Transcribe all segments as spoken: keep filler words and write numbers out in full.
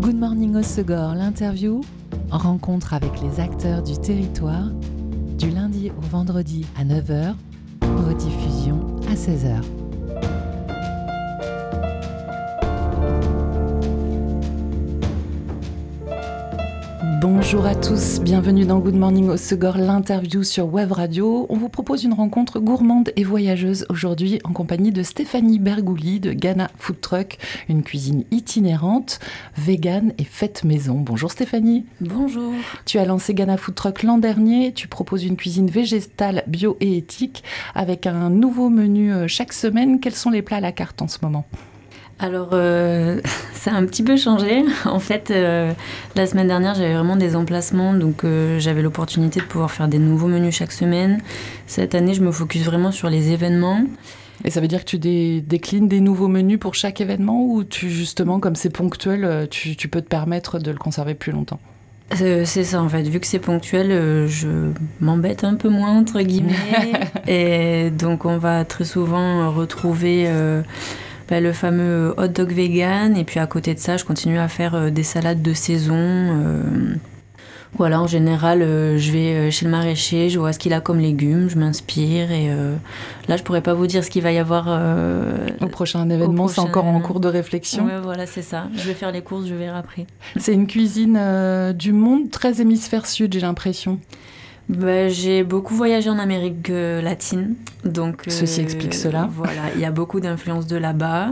Good Morning Hossegor, l'interview, rencontre avec les acteurs du territoire, du lundi au vendredi à neuf heures, rediffusion à seize heures. Bonjour à tous, bienvenue dans Good Morning Hossegor, l'interview sur Web Radio. On vous propose une rencontre gourmande et voyageuse aujourd'hui en compagnie de Stéphanie Bergouli de Ghana Food Truck, une cuisine itinérante, végane et faite maison. Bonjour Stéphanie. Bonjour. Tu as lancé Ghana Food Truck l'an dernier, tu proposes une cuisine végétale, bio et éthique avec un nouveau menu chaque semaine. Quels sont les plats à la carte en ce moment ? Alors, euh, ça a un petit peu changé. En fait, euh, la semaine dernière, j'avais vraiment des emplacements, donc euh, j'avais l'opportunité de pouvoir faire des nouveaux menus chaque semaine. Cette année, je me focus vraiment sur les événements. Et ça veut dire que tu dé- déclines des nouveaux menus pour chaque événement ou tu, justement, comme c'est ponctuel, tu, tu peux te permettre de le conserver plus longtemps ? Euh, c'est ça, en fait. Vu que c'est ponctuel, euh, je m'embête un peu moins, entre guillemets. Et donc, on va très souvent retrouver... Euh, Ben, le fameux hot dog vegan, et puis à côté de ça je continue à faire euh, des salades de saison. Euh, voilà, en général euh, je vais chez le maraîcher, je vois ce qu'il a comme légumes, je m'inspire et euh, là je pourrais pas vous dire ce qu'il va y avoir euh, au prochain événement, au prochain c'est encore événement. En cours de réflexion. Ouais, voilà, c'est ça, je vais faire les courses, je verrai après. C'est une cuisine euh, du monde, très hémisphère sud, j'ai l'impression. Ben, j'ai beaucoup voyagé en Amérique latine, donc ceci euh, explique cela. Voilà, il y a beaucoup d'influences de là-bas.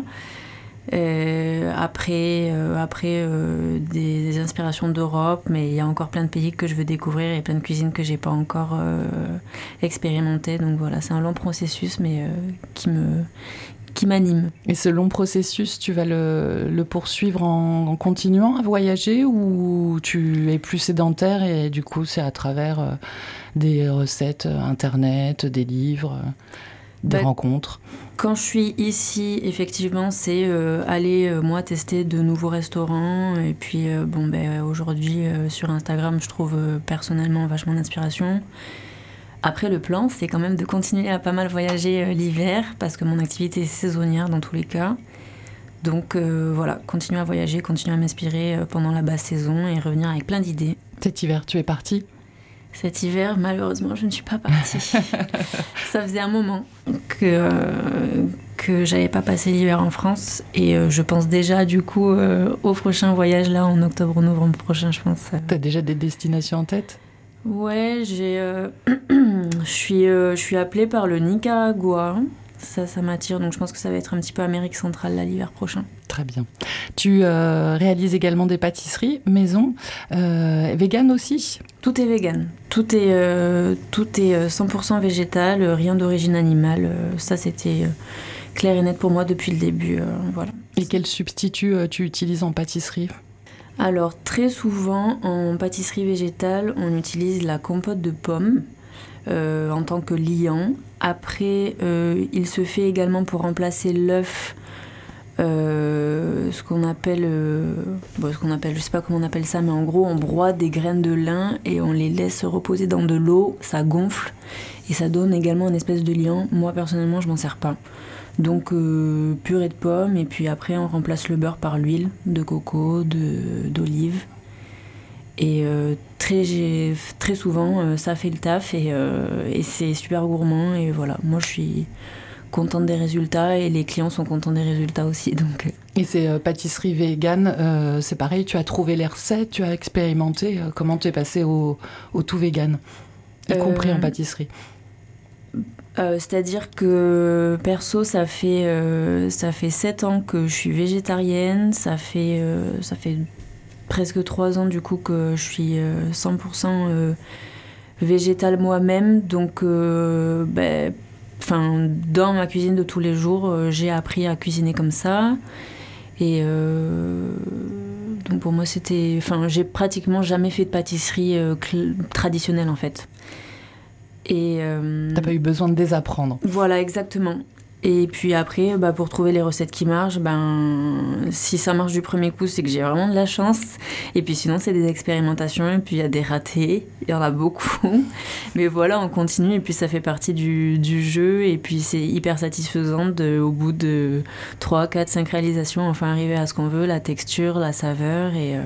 Euh, après, euh, après euh, des, des inspirations d'Europe, mais il y a encore plein de pays que je veux découvrir et plein de cuisines que j'ai pas encore euh, expérimentées. Donc voilà, c'est un long processus, mais euh, qui me qui m'anime. Et ce long processus, tu vas le, le poursuivre en, en continuant à voyager ou tu es plus sédentaire et du coup c'est à travers euh, des recettes internet, des livres, euh, des bah, rencontres? Quand je suis ici, effectivement, c'est euh, aller, euh, moi, tester de nouveaux restaurants. Et puis, euh, bon, ben, aujourd'hui, euh, sur Instagram, je trouve euh, personnellement vachement d'inspiration. Après, le plan, c'est quand même de continuer à pas mal voyager euh, l'hiver, parce que mon activité est saisonnière dans tous les cas. Donc euh, voilà, continuer à voyager, continuer à m'inspirer euh, pendant la basse saison et revenir avec plein d'idées. Cet hiver, tu es partie ? Cet hiver, malheureusement, je ne suis pas partie. Ça faisait un moment que, euh, que j'avais pas passé l'hiver en France. Et euh, je pense déjà, du coup, euh, au prochain voyage, là, en octobre ou novembre prochain, je pense. Euh... T'as déjà des destinations en tête ? Ouais, j'ai, euh, je suis, euh, je suis appelée par le Nicaragua. Ça, ça m'attire, donc je pense que ça va être un petit peu Amérique centrale là, l'hiver prochain. Très bien. Tu euh, réalises également des pâtisseries maison, euh, vegan aussi ? Tout est vegan. Tout est, euh, tout est cent pour cent végétal, rien d'origine animale. Ça, c'était euh, clair et net pour moi depuis le début. Euh, voilà. Et quel substitut euh, tu utilises en pâtisserie ? Alors, très souvent, en pâtisserie végétale, on utilise la compote de pommes euh, en tant que liant. Après, euh, il se fait également pour remplacer l'œuf, euh, ce qu'on appelle, euh, bon, ce qu'on appelle, je sais pas comment on appelle ça, mais en gros, on broie des graines de lin et on les laisse reposer dans de l'eau, ça gonfle et ça donne également une espèce de liant. Moi, personnellement, je m'en sers pas. Donc euh, purée de pommes et puis après on remplace le beurre par l'huile de coco, de, d'olive et euh, très, très souvent euh, ça fait le taf et, euh, et c'est super gourmand et voilà, moi je suis contente des résultats et les clients sont contents des résultats aussi. Donc. Et ces euh, pâtisseries véganes, euh, c'est pareil, tu as trouvé les recettes, tu as expérimenté, euh, comment tu es passée au, au tout vegan, y euh... compris en pâtisserie? Euh, c'est-à-dire que perso ça fait euh, ça fait sept ans que je suis végétarienne, ça fait euh, ça fait presque trois ans du coup que je suis euh, cent pour cent euh, végétale moi-même, donc euh, ben, enfin dans ma cuisine de tous les jours euh, j'ai appris à cuisiner comme ça et euh, donc pour moi c'était enfin j'ai pratiquement jamais fait de pâtisserie euh, cl- traditionnelle en fait. Et euh, t'as pas eu besoin de désapprendre. Voilà, exactement. Et puis après, bah, pour trouver les recettes qui marchent, ben, si ça marche du premier coup, c'est que j'ai vraiment de la chance. Et puis sinon, c'est des expérimentations. Et puis il y a des ratés. Il y en a beaucoup. Mais voilà, on continue. Et puis ça fait partie du, du jeu. Et puis c'est hyper satisfaisant de, au bout de trois, quatre, cinq réalisations, enfin arriver à ce qu'on veut, la texture, la saveur. Et, euh,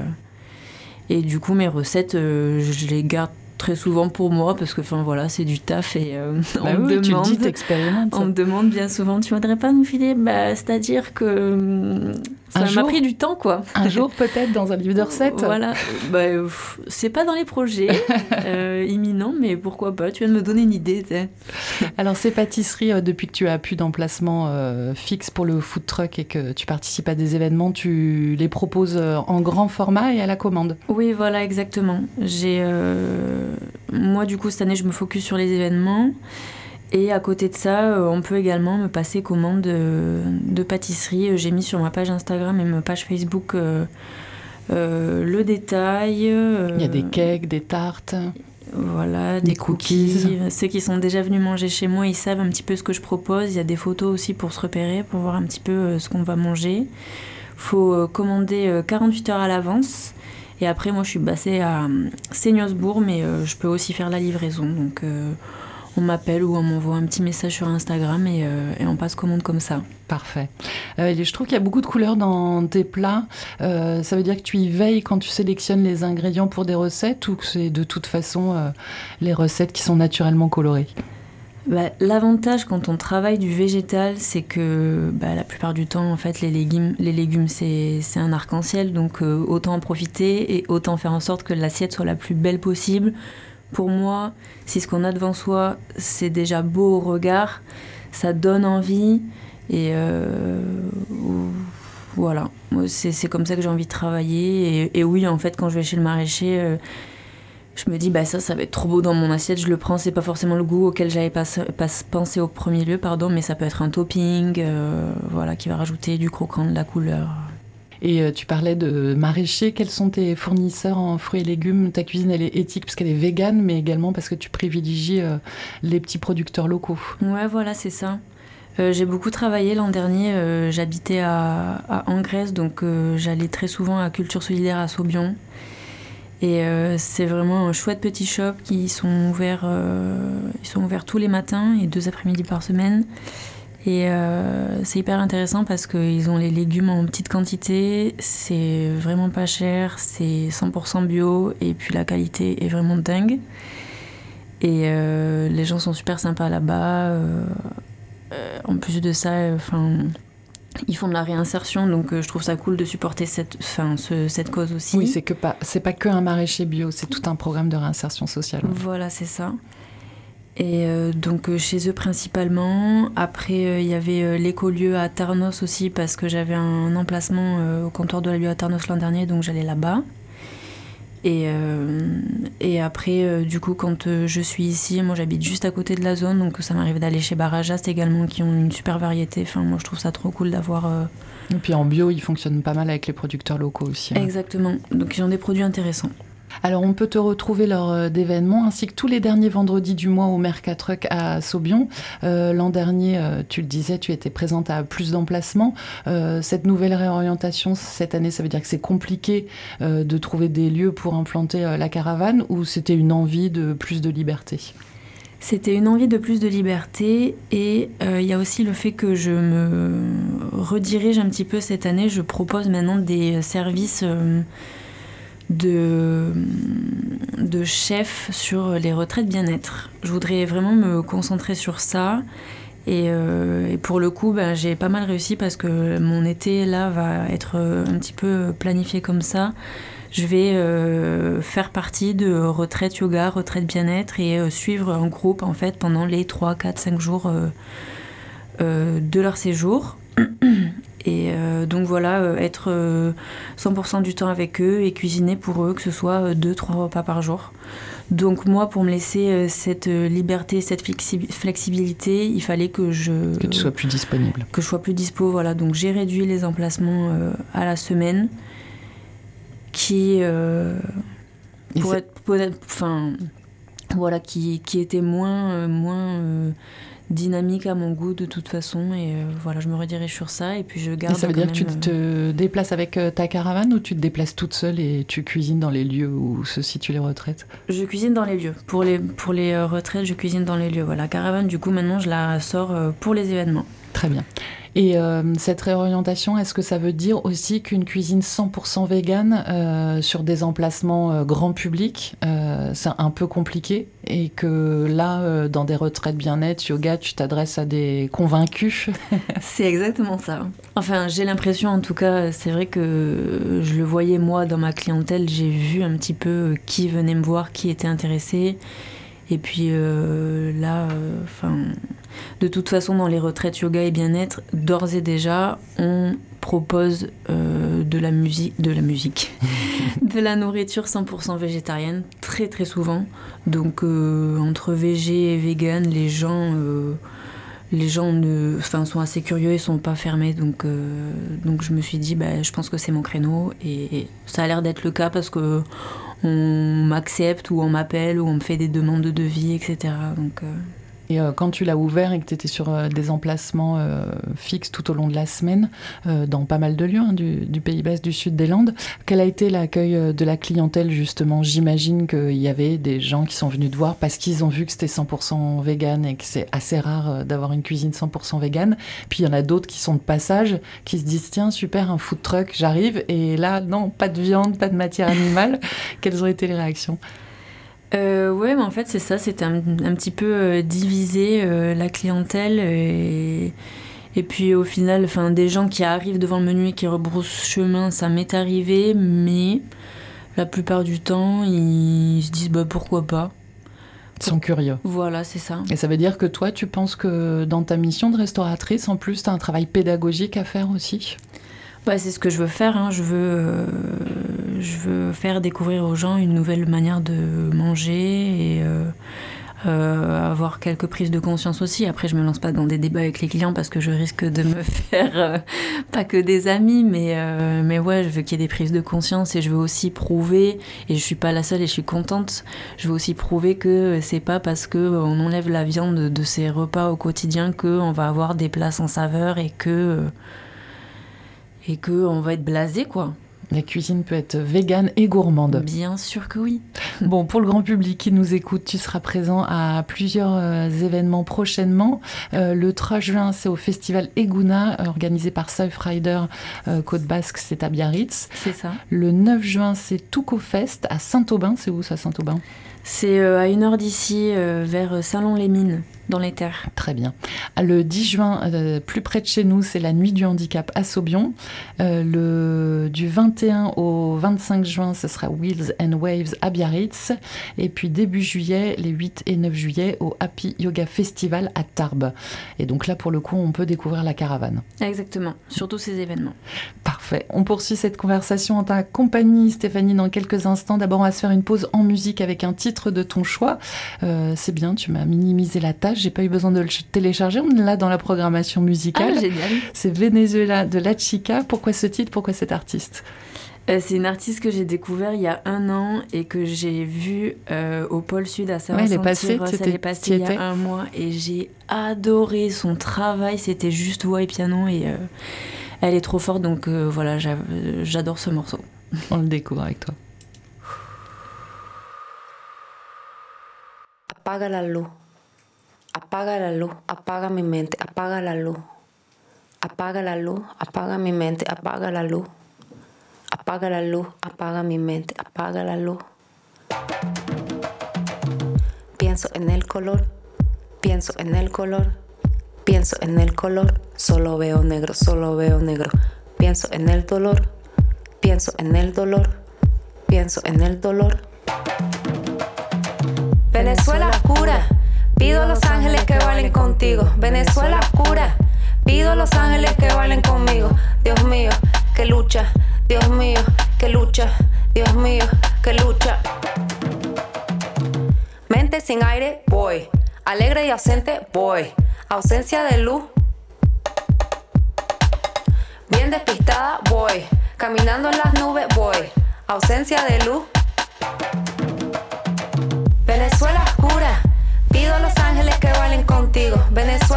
et du coup, mes recettes, euh, je les garde très souvent pour moi parce que enfin voilà c'est du taf et euh, bah on oui, me demande tu le dis, t'expérimentes. on me demande bien souvent tu voudrais pas nous filer bah c'est à dire que ça m'a pris du temps quoi un jour peut-être dans un livre de recettes voilà bah, pff, c'est pas dans les projets euh, imminents mais pourquoi pas tu viens de me donner une idée t'sais. Alors ces pâtisseries euh, depuis que tu as plus d'emplacement euh, fixe pour le food truck et que tu participes à des événements tu les proposes euh, en grand format et à la commande. Oui voilà exactement j'ai euh... moi du coup cette année je me focus sur les événements et à côté de ça euh, on peut également me passer commande de, de pâtisserie. J'ai mis sur ma page Instagram et ma page Facebook euh, euh, le détail euh, il y a des cakes, des tartes, voilà, des, des cookies. cookies ceux qui sont déjà venus manger chez moi ils savent un petit peu ce que je propose. Il y a des photos aussi pour se repérer, pour voir un petit peu euh, ce qu'on va manger. Faut euh, commander euh, quarante-huit heures à l'avance. Et après, moi, je suis basée à Seignosbourg, mais euh, je peux aussi faire la livraison. Donc, euh, on m'appelle ou on m'envoie un petit message sur Instagram et, euh, et on passe commande comme ça. Parfait. Euh, je trouve qu'il y a beaucoup de couleurs dans tes plats. Euh, ça veut dire que tu y veilles quand tu sélectionnes les ingrédients pour des recettes ou que c'est de toute façon euh, les recettes qui sont naturellement colorées ? Bah, l'avantage quand on travaille du végétal, c'est que bah, la plupart du temps, en fait, les légumes, les légumes c'est, c'est un arc-en-ciel, donc euh, autant en profiter et autant faire en sorte que l'assiette soit la plus belle possible. Pour moi, si ce qu'on a devant soi, c'est déjà beau au regard, ça donne envie et euh, voilà, c'est, c'est comme ça que j'ai envie de travailler. Et, et oui, en fait, quand je vais chez le maraîcher... Euh, je me dis, bah ça, ça va être trop beau dans mon assiette, je le prends, c'est pas forcément le goût auquel j'avais pas, pas pensé au premier lieu, pardon, mais ça peut être un topping, euh, voilà, qui va rajouter du croquant, de la couleur. Et euh, tu parlais de maraîchers, quels sont tes fournisseurs en fruits et légumes ? Ta cuisine, elle est éthique parce qu'elle est végane, mais également parce que tu privilégies euh, les petits producteurs locaux. Ouais, voilà, c'est ça. Euh, j'ai beaucoup travaillé l'an dernier, euh, j'habitais à, à Angresse, donc euh, j'allais très souvent à Culture Solidaire à Saubion. Et euh, c'est vraiment un chouette petit shop qui sont ouverts, euh, ils sont ouverts tous les matins et deux après-midi par semaine. Et euh, c'est hyper intéressant parce qu'ils ont les légumes en petite quantité, c'est vraiment pas cher, c'est cent pour cent bio et puis la qualité est vraiment dingue. Et euh, les gens sont super sympas là-bas. Euh, euh, en plus de ça, enfin... Euh, ils font de la réinsertion, donc euh, je trouve ça cool de supporter cette, enfin, ce, cette cause aussi. Oui, c'est, que pas, c'est pas que un maraîcher bio, c'est tout un programme de réinsertion sociale. Voilà, c'est ça. Et euh, donc euh, chez eux principalement. Après, il euh, y avait euh, l'écolieu à Tarnos aussi, parce que j'avais un emplacement euh, au comptoir de la Lieu à Tarnos l'an dernier, donc j'allais là-bas. Et, euh, et après, euh, du coup, quand euh, je suis ici, moi j'habite juste à côté de la zone, donc ça m'arrive d'aller chez Barajast également, qui ont une super variété. Enfin, moi je trouve ça trop cool d'avoir... Euh... Et puis en bio, ils fonctionnent pas mal avec les producteurs locaux aussi. Hein. Exactement, donc ils ont des produits intéressants. Alors on peut te retrouver lors d'événements ainsi que tous les derniers vendredis du mois au Mercatruck à Saubion. Euh, l'an dernier, euh, tu le disais, tu étais présente à plus d'emplacements. Euh, cette nouvelle réorientation, cette année, ça veut dire que c'est compliqué euh, de trouver des lieux pour implanter euh, la caravane ou c'était une envie de plus de liberté ? C'était une envie de plus de liberté et il euh, y a aussi le fait que je me redirige un petit peu cette année. Je propose maintenant des services... Euh, De, de chef sur les retraites bien-être. Je voudrais vraiment me concentrer sur ça et, euh, et pour le coup ben, j'ai pas mal réussi parce que mon été là va être un petit peu planifié comme ça. Je vais euh, faire partie de retraite yoga, retraite bien-être et euh, suivre un groupe en fait pendant les trois, quatre, cinq jours euh, euh, de leur séjour. Et euh, donc voilà, euh, être euh, cent pour cent du temps avec eux et cuisiner pour eux, que ce soit deux, trois repas par jour. Donc moi, pour me laisser euh, cette liberté, cette flexi- flexibilité, il fallait que je... Que tu sois plus disponible. Que je sois plus dispo, voilà. Donc j'ai réduit les emplacements euh, à la semaine, qui... Euh, pour être... Enfin... Voilà, qui, qui étaient moins... Euh, moins euh, dynamique à mon goût de toute façon. Et euh, voilà, je me redirige sur ça et puis je garde. Et ça veut dire même, que tu te déplaces avec ta caravane ou tu te déplaces toute seule et tu cuisines dans les lieux où se situent les retraites ? Je cuisine dans les lieux. Pour les, pour les retraites, je cuisine dans les lieux. Voilà, la caravane, du coup, maintenant, je la sors pour les événements. Très bien. Et euh, cette réorientation, est-ce que ça veut dire aussi qu'une cuisine cent pour cent végane euh, sur des emplacements euh, grand public, euh, c'est un peu compliqué et que là, euh, dans des retraites bien-être, yoga, tu t'adresses à des convaincus? C'est exactement ça. Enfin, j'ai l'impression, en tout cas, c'est vrai que je le voyais moi dans ma clientèle, j'ai vu un petit peu qui venait me voir, qui était intéressé. Et puis euh, là, enfin, euh, de toute façon, dans les retraites yoga et bien-être, d'ores et déjà, on propose euh, de la musique, de la musique, de la nourriture cent pour cent végétarienne, très très souvent. Donc euh, entre végé et vegan, les gens, euh, les gens ne, enfin, sont assez curieux et sont pas fermés. Donc, euh, donc je me suis dit, bah, je pense que c'est mon créneau et, et ça a l'air d'être le cas parce que on m'accepte ou on m'appelle ou on me fait des demandes de devis, et cetera. Donc, euh... Et euh, quand tu l'as ouvert et que tu étais sur euh, des emplacements euh, fixes tout au long de la semaine, euh, dans pas mal de lieux hein, du, du Pays Basque, du sud des Landes, quel a été l'accueil de la clientèle justement ? J'imagine qu'il y avait des gens qui sont venus te voir parce qu'ils ont vu que c'était cent pour cent vegan et que c'est assez rare d'avoir une cuisine cent pour cent vegan. Puis il y en a d'autres qui sont de passage, qui se disent « Tiens, super, un food truck, j'arrive ». Et là, non, pas de viande, pas de matière animale. Quelles ont été les réactions ? Euh, ouais, mais en fait, c'est ça, c'était un, un petit peu euh, divisé, euh, la clientèle. Et, et puis, au final, enfin, des gens qui arrivent devant le menu et qui rebroussent chemin, ça m'est arrivé, mais la plupart du temps, ils se disent bah, pourquoi pas. Ils sont curieux. Voilà, c'est ça. Et ça veut dire que toi, tu penses que dans ta mission de restauratrice, en plus, tu as un travail pédagogique à faire aussi ? Bah, c'est ce que je veux faire. Hein. Je veux, euh, je veux faire découvrir aux gens une nouvelle manière de manger et euh, euh, avoir quelques prises de conscience aussi. Après, je me lance pas dans des débats avec les clients parce que je risque de me faire euh, pas que des amis, mais euh, mais ouais, je veux qu'il y ait des prises de conscience et je veux aussi prouver. Et je suis pas la seule et je suis contente. Je veux aussi prouver que c'est pas parce que on enlève la viande de ces repas au quotidien que on va avoir des plats sans saveur et que euh, et qu'on va être blasé, quoi. La cuisine peut être végane et gourmande. Bien sûr que oui. Bon, pour le grand public qui nous écoute, tu seras présent à plusieurs euh, événements prochainement. Euh, le trois juin, c'est au festival Eguna, organisé par Surfrider euh, Côte Basque, c'est à Biarritz. C'est ça. Le neuf juin, c'est Touco Fest à Saint-Aubin. C'est où ça, Saint-Aubin ? C'est euh, à une heure d'ici, euh, vers Salon-les-Mines, dans les terres. Très bien. Le dix juin, euh, plus près de chez nous, c'est la Nuit du Handicap à Saubion. Euh, le, du vingt et un au vingt-cinq juin, ce sera Wheels and Waves à Biarritz. Et puis début juillet, les huit et neuf juillet, au Happy Yoga Festival à Tarbes. Et donc là, pour le coup, on peut découvrir la caravane. Exactement, sur tous ces événements. Parfait. On poursuit cette conversation en ta compagnie, Stéphanie, dans quelques instants. D'abord, on va se faire une pause en musique avec un titre de ton choix. Euh, c'est bien, tu m'as minimisé la tâche. J'ai pas eu besoin de le télécharger. On est là dans la programmation musicale. Ah, génial. C'est Venezuela de La Chica. Pourquoi ce titre ? Pourquoi cet artiste ? euh, C'est une artiste que j'ai découvert il y a un an et que j'ai vue euh, au pôle Sud à Saint-Vincent. Ouais, elle est passée, elle est passée il y a un mois et j'ai adoré son travail. C'était juste voix et piano et euh, elle est trop forte. Donc euh, voilà, j'adore ce morceau. On le découvre avec toi. Apaga la luz, apaga la luz, apaga mi mente, apaga la luz. Apaga la luz, apaga mi mente, apaga la luz. Apaga la luz, apaga mi mente, apaga la luz. Pienso en el color, pienso en el color, pienso en el color, solo veo negro, solo veo negro. Pienso en el dolor, pienso en el dolor, pienso en el dolor. Venezuela oscura, pido a los ángeles que bailen contigo. Venezuela oscura, pido a los ángeles que bailen conmigo. Dios mío, que lucha, Dios mío, que lucha, Dios mío, que lucha. Mente sin aire, voy. Alegre y ausente, voy. Ausencia de luz. Bien despistada, voy. Caminando en las nubes, voy. Ausencia de luz. Venezuela oscura, pido a los ángeles que bailen contigo. Venezuela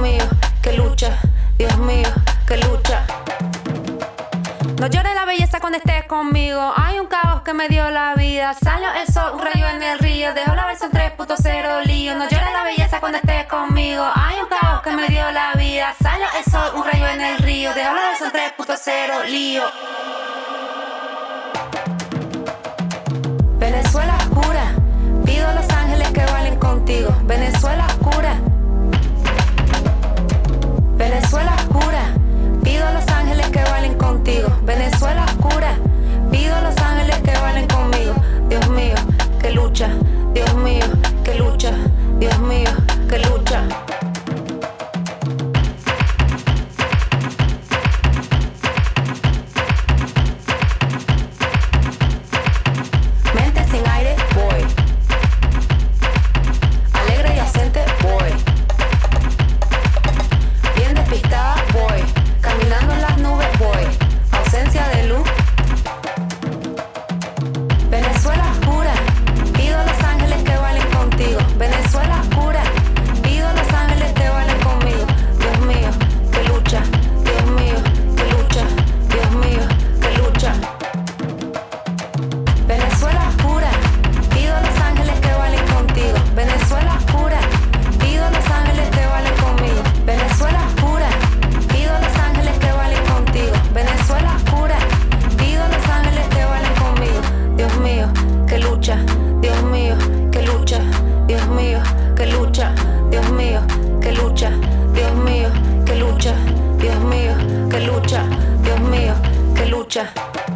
mío, que lucha, Dios mío, que lucha. No llores la belleza cuando estés conmigo. Hay un caos que me dio la vida. Salió el sol, un rayo en el río. Dejó la versión tres punto cero lío. No llores la belleza cuando estés conmigo. Hay un caos que me dio la vida. Salió el sol, un rayo en el río. Dejó la versión tres punto cero lío. Venezuela oscura. Pido a los ángeles que bailen contigo. Venezuela oscura. Venezuela oscura. Pido a los ángeles que bailen contigo. Venezuela oscura. Pido a los ángeles que bailen conmigo. Dios mío, que lucha. Dios mío, que lucha. Dios mío, que lucha. Mente sin aire, voy. Alegre y ausente, voy. Bien despistada, voy. Caminando en las nubes voy, ausencia de luz. Venezuela oscura, pido a los ángeles que bailen contigo. Venezuela oscura, pido a los ángeles que bailen conmigo. Dios mío, que lucha, Dios mío, que lucha, Dios mío, que lucha. Venezuela oscura, pido a los ángeles que bailen contigo. Venezuela oscura, pido a los ángeles que bailen conmigo. Venezuela oscura, pido a los ángeles que bailen contigo. Venezuela oscura, pido a los ángeles que bailen conmigo. Dios mío, que lucha, Dios mío, que lucha, Dios mío, que lucha, Dios mío, que lucha, Dios mío, que lucha, Dios mío, que lucha, Dios mío, que lucha.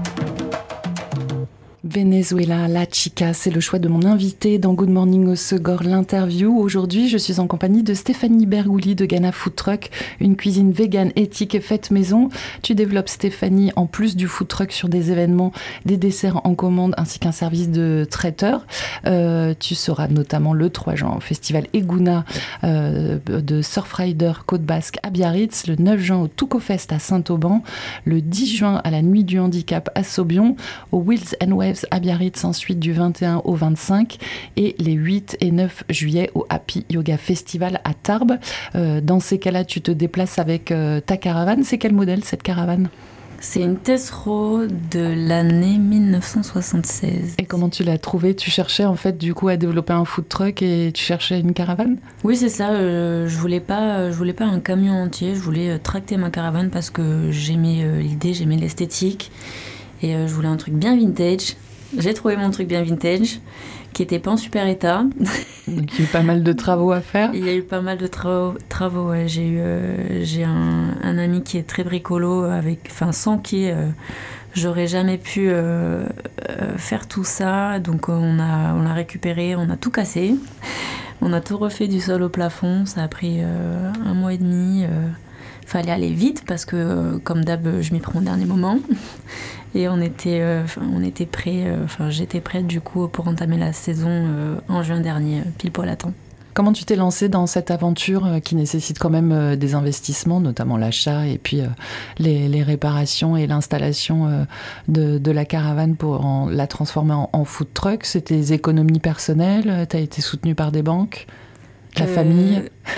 Venezuela, La Chica, c'est le choix de mon invité dans Good Morning au Segor, l'interview. Aujourd'hui, je suis en compagnie de Stéphanie Bergouli de Ghana Food Truck, une cuisine végane, éthique et faite maison. Tu développes, Stéphanie, en plus du food truck sur des événements, des desserts en commande ainsi qu'un service de traiteur. Euh, tu seras notamment le trois juin au festival Eguna euh, de Surfrider Côte Basque à Biarritz, le neuf juin au Toucofest à Saint-Auban, le dix juin à la Nuit du Handicap à Saubion, au Wheels and Waves à Biarritz ensuite du vingt et un au vingt-cinq et les huit et neuf juillet au Happy Yoga Festival à Tarbes. Euh, dans ces cas-là, tu te déplaces avec euh, ta caravane. C'est quel modèle cette caravane ? C'est une Tesro de l'année dix-neuf cent soixante-seize. Et comment tu l'as trouvée ? Tu cherchais en fait du coup à développer un food truck et tu cherchais une caravane ? Oui, c'est ça. Euh, je voulais pas, je voulais pas un camion entier. Je voulais euh, tracter ma caravane parce que j'aimais euh, l'idée, j'aimais l'esthétique et euh, je voulais un truc bien vintage. J'ai trouvé mon truc bien vintage, qui était pas en super état. Donc il y a eu pas mal de travaux à faire. Il y a eu pas mal de tra- travaux, ouais. J'ai eu, euh, j'ai un, un ami qui est très bricolo, avec, enfin sans qui euh, j'aurais jamais pu euh, euh, faire tout ça. Donc on a, on l'a récupéré, on a tout cassé, on a tout refait du sol au plafond. Ça a pris euh, un mois et demi. Euh, fallait aller vite parce que, euh, comme d'hab, je m'y prends au dernier moment. Et on était, euh, on était prêts, enfin euh, j'étais prête du coup pour entamer la saison euh, en juin dernier, pile poil à temps. Comment tu t'es lancée dans cette aventure euh, qui nécessite quand même euh, des investissements, notamment l'achat et puis euh, les, les réparations et l'installation euh, de, de la caravane pour en, la transformer en, en food truck ? C'est tes économies personnelles ? Tu as été soutenue par des banques ? La euh... famille ?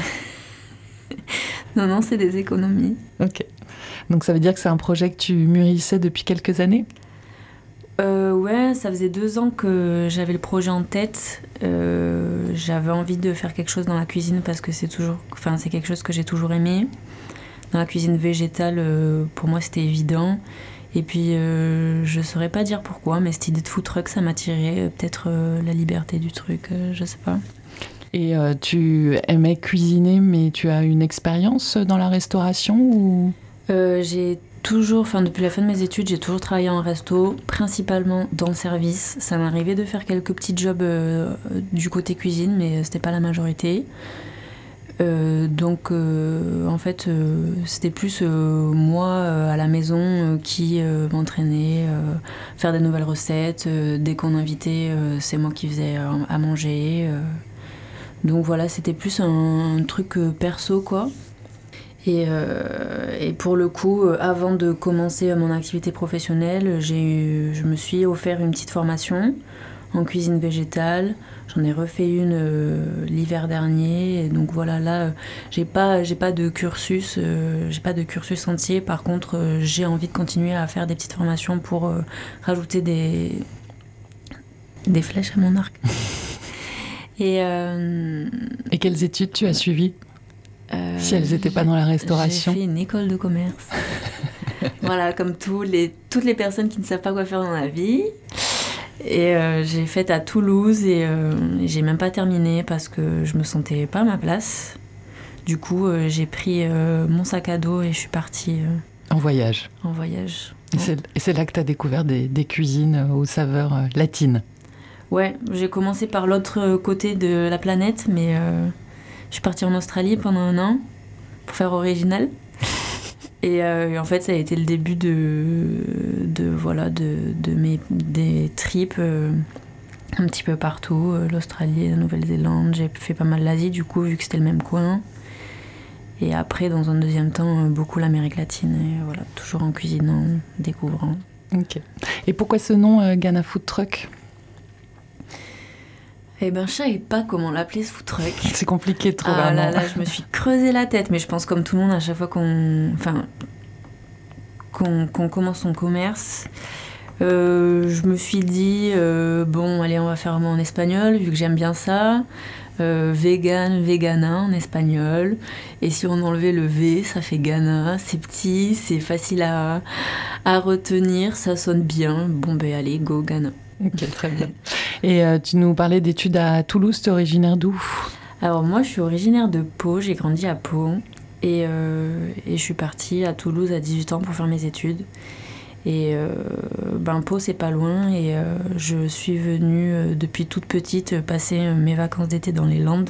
Non, non, c'est des économies. Ok. Donc ça veut dire que c'est un projet que tu mûrissais depuis quelques années ? euh, Ouais, ça faisait deux ans que j'avais le projet en tête. Euh, j'avais envie de faire quelque chose dans la cuisine parce que c'est toujours, enfin, c'est quelque chose que j'ai toujours aimé. Dans la cuisine végétale, euh, pour moi, c'était évident. Et puis, euh, je ne saurais pas dire pourquoi, mais cette idée de food truck, ça m'attirait. Peut-être euh, la liberté du truc, euh, je ne sais pas. Et euh, tu aimais cuisiner, mais tu as une expérience dans la restauration ou... euh, J'ai toujours, enfin depuis la fin de mes études, j'ai toujours travaillé en resto, principalement dans le service. Ça m'arrivait de faire quelques petits jobs euh, du côté cuisine, mais c'était pas la majorité. Euh, donc euh, en fait, euh, c'était plus euh, moi euh, à la maison euh, qui euh, m'entraînait, euh, faire des nouvelles recettes. Euh, dès qu'on invitait, euh, c'est moi qui faisais euh, à manger. Euh. Donc voilà, c'était plus un, un truc euh, perso, quoi. Et, euh, et pour le coup, euh, avant de commencer mon activité professionnelle, j'ai eu, je me suis offert une petite formation en cuisine végétale. J'en ai refait une euh, l'hiver dernier. Et donc voilà, là, euh, j'ai pas, j'ai pas de cursus, euh, j'ai pas de cursus entier. Par contre, euh, j'ai envie de continuer à faire des petites formations pour euh, rajouter des, des flèches à mon arc. Et, euh, Et quelles études tu as suivies euh, si elles n'étaient pas dans la restauration? J'ai fait une école de commerce. Voilà, comme tous les, toutes les personnes qui ne savent pas quoi faire dans la vie. Et euh, j'ai fait à Toulouse et, euh, et j'ai même pas terminé parce que je me sentais pas à ma place. Du coup, euh, j'ai pris euh, mon sac à dos et je suis partie euh, en voyage. En voyage. Et c'est, et c'est là que tu as découvert des, des cuisines aux saveurs euh, latines. Ouais, j'ai commencé par l'autre côté de la planète, mais euh, je suis partie en Australie pendant un an pour faire original. Et, euh, et en fait, ça a été le début de, de voilà, de, de mes des trips euh, un petit peu partout, euh, l'Australie, la Nouvelle-Zélande. J'ai fait pas mal l'Asie, du coup, vu que c'était le même coin. Et après, dans un deuxième temps, beaucoup l'Amérique latine. Et voilà, toujours en cuisinant, découvrant. Ok. Et pourquoi ce nom, euh, Ghana Food Truck ? Eh ben, je savais pas comment l'appeler, ce food truck. C'est compliqué de trouver ah un nom. là là, je me suis creusé la tête, mais je pense comme tout le monde, à chaque fois qu'on, enfin, qu'on, qu'on commence son commerce, euh, je me suis dit, euh, bon, allez, on va faire un mot en espagnol, vu que j'aime bien ça. Euh, vegan, vegana en espagnol. Et si on enlevait le V, ça fait Ghana. C'est petit, c'est facile à, à retenir, ça sonne bien. Bon, ben allez, go Ghana. Ok, très bien. Et euh, tu nous parlais d'études à Toulouse, tu es originaire d'où ? Alors moi, je suis originaire de Pau, j'ai grandi à Pau. Et, euh, et je suis partie à Toulouse à dix-huit ans pour faire mes études. Et euh, ben, Pau, c'est pas loin. Et euh, je suis venue, euh, depuis toute petite, euh, passer euh, mes vacances d'été dans les Landes.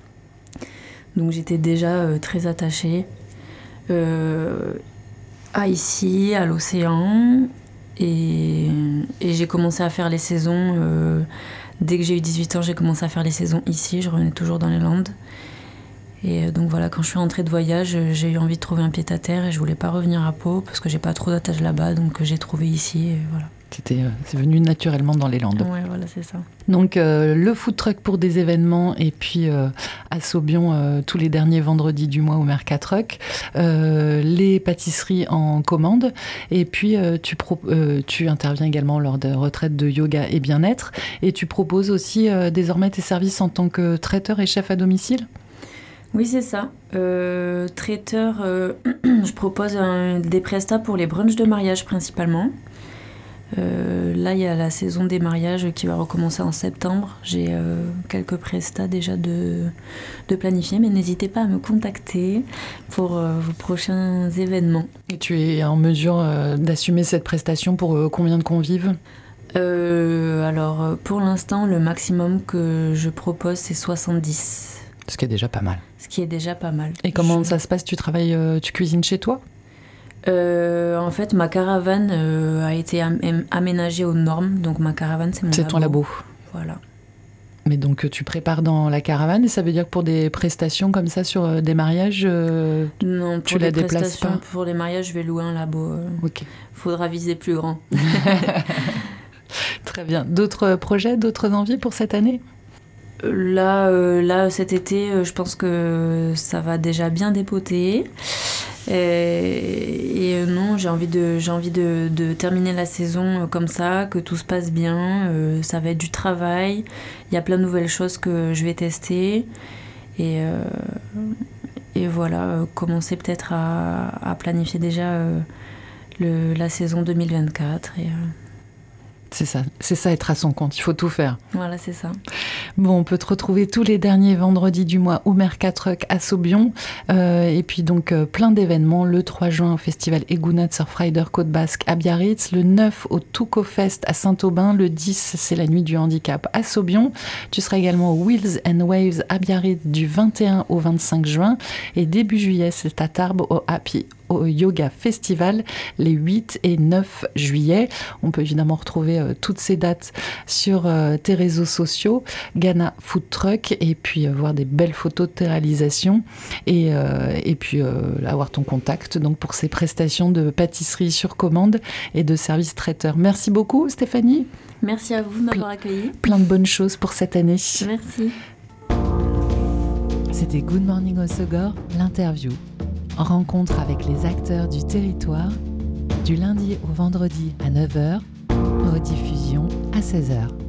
Donc j'étais déjà euh, très attachée euh, à ici, à l'océan. Et, et j'ai commencé à faire les saisons. Euh, dès que j'ai eu dix-huit ans, j'ai commencé à faire les saisons ici. Je revenais toujours dans les Landes. Et donc voilà, quand je suis rentrée de voyage, j'ai eu envie de trouver un pied-à-terre et je voulais pas revenir à Pau parce que j'ai pas trop d'attache là-bas, donc j'ai trouvé ici. Et voilà. C'était, euh, c'est venu naturellement dans les Landes. Ouais, voilà, c'est ça. Donc euh, le food truck pour des événements et puis euh, à Saubion euh, tous les derniers vendredis du mois au Mercatruck, euh, les pâtisseries en commande et puis euh, tu, pro- euh, tu interviens également lors de retraites de yoga et bien-être et tu proposes aussi euh, désormais tes services en tant que traiteur et chef à domicile ? Oui, c'est ça. Euh, traiteur, euh, je propose un, des prestats pour les brunchs de mariage principalement. Euh, là, il y a la saison des mariages qui va recommencer en septembre. J'ai euh, quelques prestats déjà de, de planifier, mais n'hésitez pas à me contacter pour euh, vos prochains événements. Et tu es en mesure euh, d'assumer cette prestation pour euh, combien de convives ? euh, Alors, pour l'instant, le maximum que je propose, c'est soixante-dix. Ce qui est déjà pas mal. Ce qui est déjà pas mal. Et comment je... ça se passe ? Tu travailles, euh, tu cuisines chez toi ? Euh, en fait, ma caravane euh, a été am- aménagée aux normes. Donc, ma caravane, c'est mon c'est labo. ton labo. Voilà. Mais donc, tu prépares dans la caravane et ça veut dire que pour des prestations comme ça sur euh, des mariages, euh, non, pour tu les la déplaces prestations, pas ? pour les mariages, je vais louer un labo. Euh, Ok. faudra viser plus grand. Très bien. D'autres projets, d'autres envies pour cette année ? Là, euh, là, cet été, euh, je pense que ça va déjà bien dépoter. Et, et euh, non, j'ai envie, de, j'ai envie de, de terminer la saison euh, comme ça, que tout se passe bien. Euh, ça va être du travail. Il y a plein de nouvelles choses que je vais tester. Et, euh, et voilà, euh, commencer peut-être à, à planifier déjà euh, le, la saison deux mille vingt-quatre. Et, euh, C'est ça, c'est ça être à son compte, il faut tout faire. voilà, c'est ça. Bon, on peut te retrouver tous les derniers vendredis du mois au Mercatruck à Saubion. Euh, et puis donc euh, plein d'événements. Le trois juin au festival Egounat Surfrider Côte Basque à Biarritz. Le neuf au Touco Fest à Saint-Aubin. Le dix, c'est la nuit du handicap à Saubion. Tu seras également au Wheels and Waves à Biarritz du vingt et un au vingt-cinq juin. Et début juillet, c'est à Tarbes au Happy au Yoga Festival les huit et neuf juillet. On peut évidemment retrouver euh, toutes ces dates sur euh, tes réseaux sociaux. Ghana Food Truck, et puis euh, voir des belles photos de tes réalisations, et, euh, et puis euh, avoir ton contact donc, pour ces prestations de pâtisserie sur commande et de service traiteur. Merci beaucoup Stéphanie. Merci à vous de m'avoir accueilli. Plein de bonnes choses pour cette année. Merci. C'était Good Morning au Segor, l'interview. En rencontre avec les acteurs du territoire, du lundi au vendredi à neuf heures, rediffusion à seize heures.